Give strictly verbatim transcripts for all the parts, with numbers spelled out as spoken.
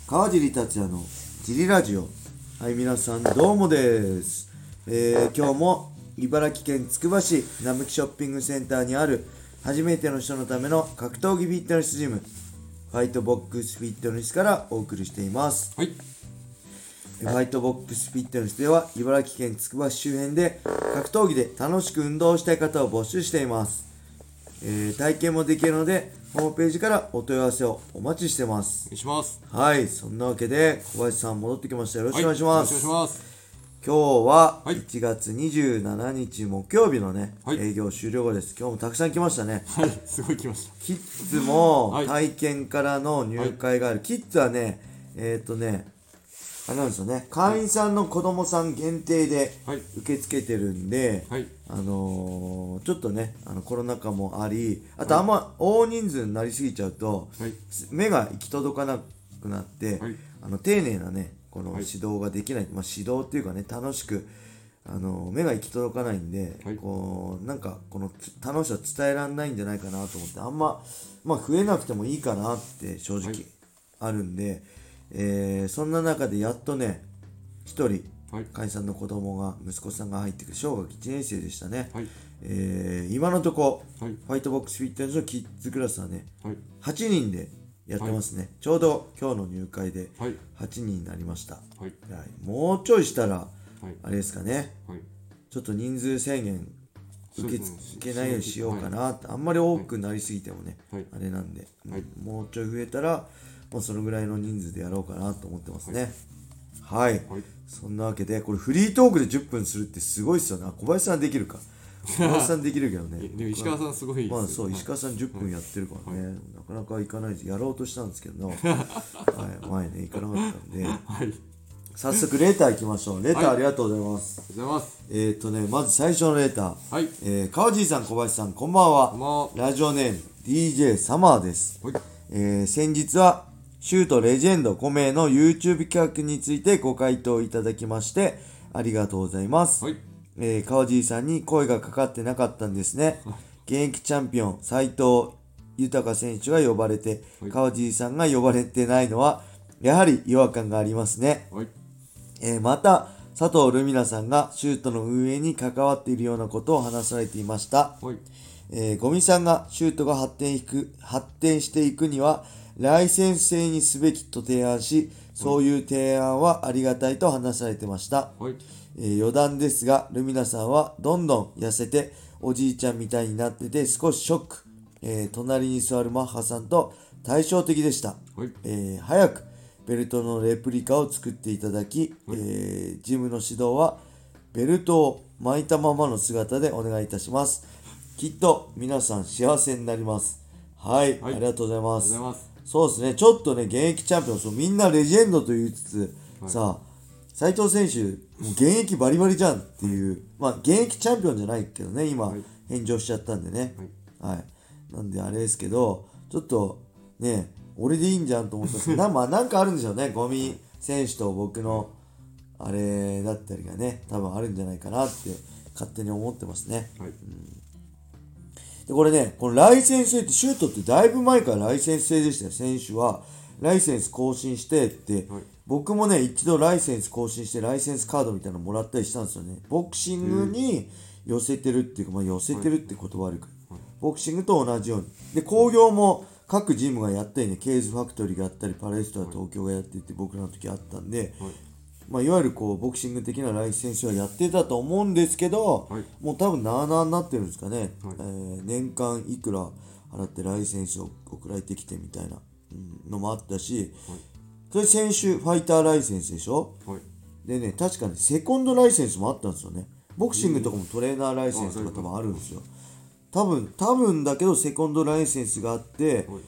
川尻達也のジリラジオ。はい、皆さんどうもです。えー、今日も茨城県つくば市並木ショッピングセンターにある初めての人のための格闘技フィットネスジム、ファイトボックスフィットネスからお送りしています。 はい。 ファイトボックスフィットネスでは茨城県つくば市周辺で格闘技で楽しく運動したい方を募集しています。えー、体験もできるのでホームページからお問い合わせをお待ちしてます。 お願いします。 はい、そんなわけで小林さん戻ってきました。よろしくお願いします。 はい、よろしくお願いします。 今日はいちがつにじゅうしちにち木曜日のね、はい、営業終了後です。今日もたくさん来ましたね。 はい、すごい来ました。 キッズも体験からの入会がある、はい、キッズはねえっ、ー、とねあれなんですよね、会員さんの子供さん限定で受け付けてるんで、はい、あのー、ちょっとねあのコロナ禍もあり、あとあんま大人数になりすぎちゃうと、はい、目が行き届かなくなって、はい、あの丁寧なねこの指導ができない、はい、まあ、指導っていうかね楽しくあの目が行き届かないんで、はい、こうなんかこの楽しさ伝えられないんじゃないかなと思って、あんま、まあ、増えなくてもいいかなって正直あるんで、はい、えー、そんな中でやっとねひとり会員さんの子供が息子さんが入ってくる小学いちねん生でしたね。はい、えー、今のとこ、はい、ファイトボックスフィットネスのキッズクラスはね、はい、はちにんでやってますね。はい、ちょうど今日の入会ではちにんになりました。はい、はい、もうちょいしたら、あれですかね、はい、ちょっと人数制限受け付けないようにしようかなって、はい、あんまり多くなりすぎてもね、はい、あれなんで、はい、もうちょい増えたらもうそのぐらいの人数でやろうかなと思ってますね。はい、はいはい、そんなわけでこれフリートークでじゅっぷんするってすごいっすよね。小林さんできるか小林さんできるけどねでも石川さんすごいですよ、 まあそう、石川さんじゅっぷんやってるからね、はい、なかなか行かないです。やろうとしたんですけど、はい、前ね行かなかったんで、はい、早速レーター行きましょう。レーターありがとうございます。 はい、ありがとうございます。えーっとねまず最初のレーター、はい、えー、川尻さん小林さんこんばんは。こんばんは。ラジオネーム ディージェー サマーです。はい、えー、先日はシュートレジェンドご名の YouTube 企画についてご回答いただきましてありがとうございます。はい、えー、川尻さんに声がかかってなかったんですね。はい、現役チャンピオン斉藤豊選手が呼ばれて、はい、川尻さんが呼ばれてないのはやはり違和感がありますね。はい、えー、また佐藤ルミナさんがシュートの運営に関わっているようなことを話されていました。はい、えー、ゴミさんがシュートが発展いく発展していくにはライセンス制にすべきと提案し、そういう提案はありがたいと話されてました。はい、えー、余談ですが、ルミナさんはどんどん痩せておじいちゃんみたいになってて少しショック。えー、隣に座るマッハさんと対照的でした。はい、えー、早くベルトのレプリカを作っていただき、はい、えー、ジムの指導はベルトを巻いたままの姿でお願いいたします。きっと皆さん幸せになります。はい、はい、ありがとうございます。そうですね、ちょっとね現役チャンピオン、そうみんなレジェンドと言いつつ、はい、さあ斉藤選手もう現役バリバリじゃんっていう、まあ現役チャンピオンじゃないけどね今、はい、返上しちゃったんでね、はい、はい、なんであれですけどちょっとね俺でいいんじゃんと思ったんですけどな、まあなんかあるんでしょうね。ゴミ選手と僕のあれだったりがね多分あるんじゃないかなって勝手に思ってますね。はい、うん、でこれね、このライセンス制ってシュートってだいぶ前からライセンス制でしたよ。選手はライセンス更新してって、はい、僕もね一度ライセンス更新してライセンスカードみたいなのもらったりしたんですよね。ボクシングに寄せてるっていうか、まあ寄せてるって言葉悪いか、はい、ボクシングと同じようにで興行も各ジムがやったりね、ケーズファクトリーがあったりパレストラ東京がやっていて僕らの時あったんで、はい、まあ、いわゆるこうボクシング的なライセンスはやってたと思うんですけど、はい、もう多分なあなあになってるんですかね。はい、えー、年間いくら払ってライセンスを送られてきてみたいな、うん、のもあったし、はい、それ選手ファイターライセンスでしょ。はい、でね確かにセコンドライセンスもあったんですよね。ボクシングとかもトレーナーライセンスとか多分あるんですよ。多分多分だけどセコンドライセンスがあって、はい、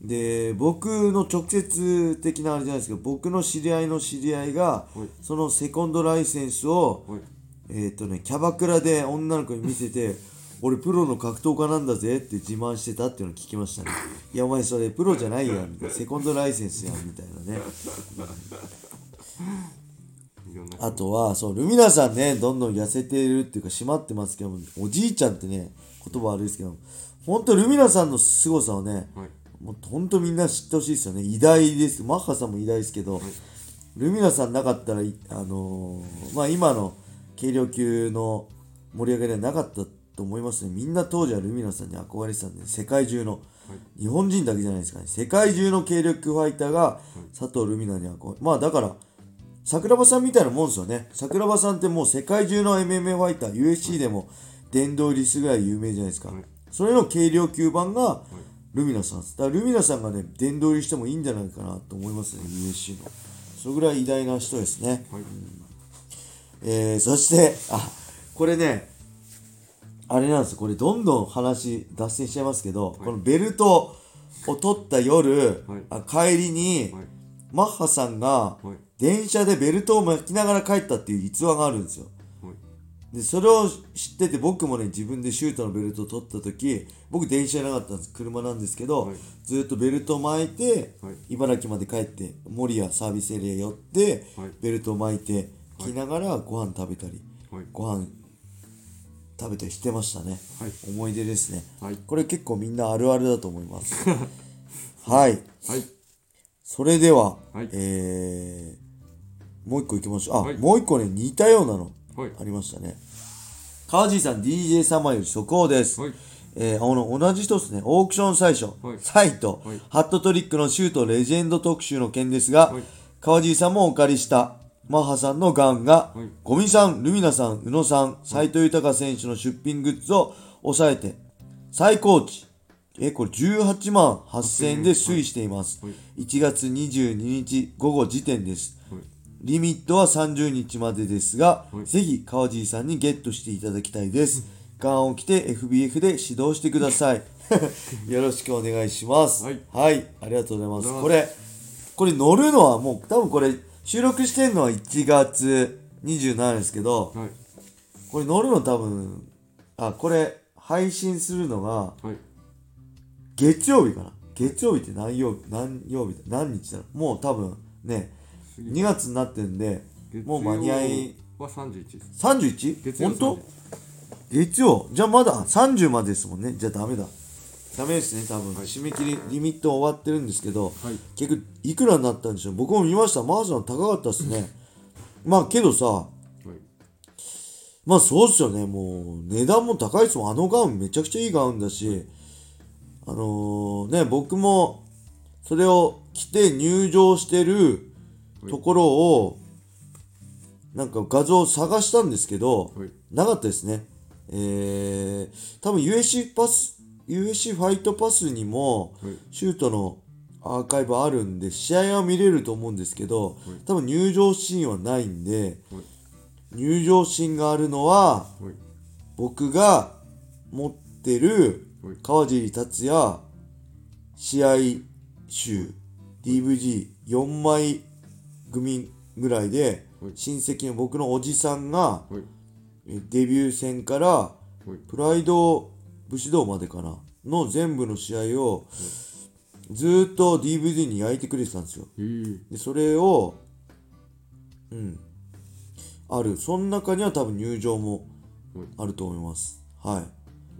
で僕の直接的なあれじゃないですけど僕の知り合いの知り合いが、はい、そのセコンドライセンスを、はい、えっとねキャバクラで女の子に見せて俺プロの格闘家なんだぜって自慢してたっていうのを聞きましたね。いやお前それプロじゃないやんみたいな、セコンドライセンスやんみたいなね。あとはそうルミナさんねどんどん痩せてるっていうか締まってますけど、おじいちゃんってね言葉悪いですけど本当ルミナさんの凄さはね、はい、 もうほんとみんな知ってほしいですよね。偉大です。マッハさんも偉大ですけど、はい、ルミナさんなかったら、あのー、まあ今の軽量級の盛り上がりはなかったと思いますね。みんな当時はルミナさんに憧れてたんで、世界中の、はい、日本人だけじゃないですかね。世界中の軽量級ファイターが佐藤ルミナに憧れ、まあだから、桜庭さんみたいなもんですよね。桜庭さんってもう世界中の エムエムエー ファイター、ユーエフシー でも殿堂入りするぐらい有名じゃないですか。はい、それの軽量級版がルミナさんです。だからルミナさんがね、殿堂入りしてもいいんじゃないかなと思いますね、ユーエフシー の。それぐらい偉大な人ですね。はい、うん、えー、そして、あ、これね、あれなんですよ。これどんどん話脱線しちゃいますけど、はい、このベルトを取った夜、はい、あ帰りに、はい、マッハさんが電車でベルトを巻きながら帰ったっていう逸話があるんですよ。はい、でそれを知ってて、僕もね自分でシュートのベルトを取った時、僕電車じゃなかったんです、車なんですけど、はい、ずっとベルトを巻いて、はい、茨城まで帰って守谷サービスエリア寄って、はい、ベルトを巻いて着ながらご飯食べたり、はい、ご飯食べたりしてましたね。はい、思い出ですね。はい、これ結構みんなあるあるだと思います。はい。はい。それでは、はい、えー、もう一個いきましょう。あ、はい、もう一個ね、似たようなの、はい、ありましたね。川地さん、ディージェー 様より速報です。はい、えー、あの、同じ人ですね。オークション最初、はい、サイト、はい、ハットトリックのシュートレジェンド特集の件ですが、はい、川地さんもお借りした、マッハさんのガンが、はい、ゴミさん、ルミナさん、宇野さん、斎藤豊選手の出品グッズを抑えて、最高値、え、これじゅうはちまんはっせんえんで推移しています。はい、いちがつにじゅうににち午後時点です。はい、リミットはさんじゅうにちまでですが、はい、ぜひ川尻さんにゲットしていただきたいです。ガンを着て エフビーエフ で指導してください。よろしくお願いします。はい、はい、ありがとうございます。これ、これ乗るのはもう多分これ収録してんのはいちがつにじゅうしちにちですけど、はい、これ乗るの多分、あ、これ配信するのが、はい、月曜日かな。月曜日って何曜日、何曜日、何日だろう。もう多分ね、にがつになってるんで、もう間に合い。 はさんじゅういちです。 さんじゅういち？ 本当？月曜じゃあまださんじゅうまでですもんね。じゃあダメだ。ダメですね、多分。はい、締め切り、リミット終わってるんですけど、はい、結局、いくらになったんでしょう。僕も見ました。マーさん高かったっすね。まあけどさ、はい、まあそうっすよね。もう、値段も高いですもん。あのガウンめちゃくちゃいいガウンだし、あのー、ね、僕もそれを着て入場してるところをなんか画像を探したんですけど、はい、なかったですね。えー、多分 ユーエフシー パス、ユーエフシー ファイトパスにもシュートのアーカイブあるんで試合は見れると思うんですけど、はい、多分入場シーンはないんで、はい、入場シーンがあるのは、はい、僕が持ってる川尻達也試合集 ディーブイディーよん 枚組ぐらいで、親戚の僕のおじさんがデビュー戦からプライド武士道までかなの全部の試合をずっと ディーブイディー に焼いてくれてたんですよ。でそれをうんある、その中には多分入場もあると思います。はい、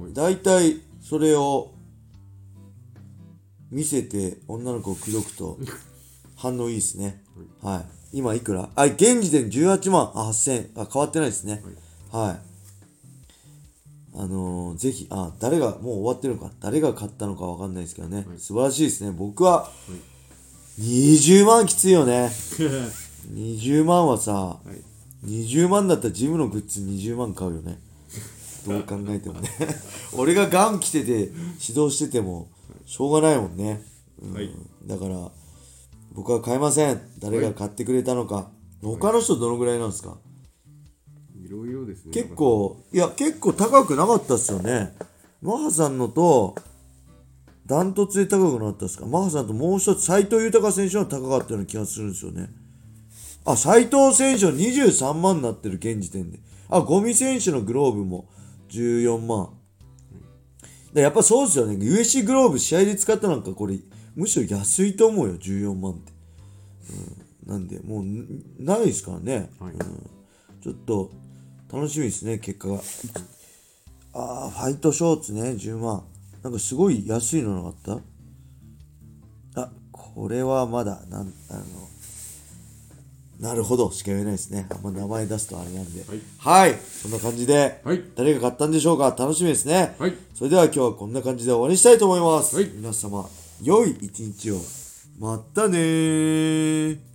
だいたいそれを見せて女の子を口説くと反応いいですね。はい。今いくら？あ、現時点じゅうはちまんはっせんえん。あ、変わってないですね。はい。はい、あのー、ぜひ、あ、誰が、もう終わってるのか。誰が買ったのかわかんないですけどね。はい、素晴らしいですね。僕は、にじゅうまんきついよね。にじゅうまんはさ、はい、にじゅうまんだったらジムのグッズにじゅうまん買うよね。どう考えてもね。俺がガン着てて指導しててもしょうがないもんね。うん、はい、だから僕は買えません。誰が買ってくれたのか。はい、他の人どのぐらいなんですか？ いろいろですね。 結構、いや結構高くなかったっすよね。マハさんのとダントツで高くなったっすか？マハさんともう一つ斎藤豊選手の高かったような気がするんですよね。あ、斎藤選手はにじゅうさんまんになってる現時点で。あ、ゴミ選手のグローブもじゅうよんまん。でやっぱそうですよね。ユーエフシー グローブ試合で使ったなんかこれむしろ安いと思うよ、じゅうよんまんって。うん、なんでもうないですからね。はい、うん、ちょっと楽しみですね、結果が。あー、ファイトショーツね、じゅうまん。なんかすごい安いのなかった？ これはまだなんあのなるほどしか言えないですね。あんま名前出すとあれなんで。はい。はい、そんな感じで、はい、誰が買ったんでしょうか。楽しみですね。はい。それでは今日はこんな感じで終わりにしたいと思います。はい、皆様、良い一日を。またねー。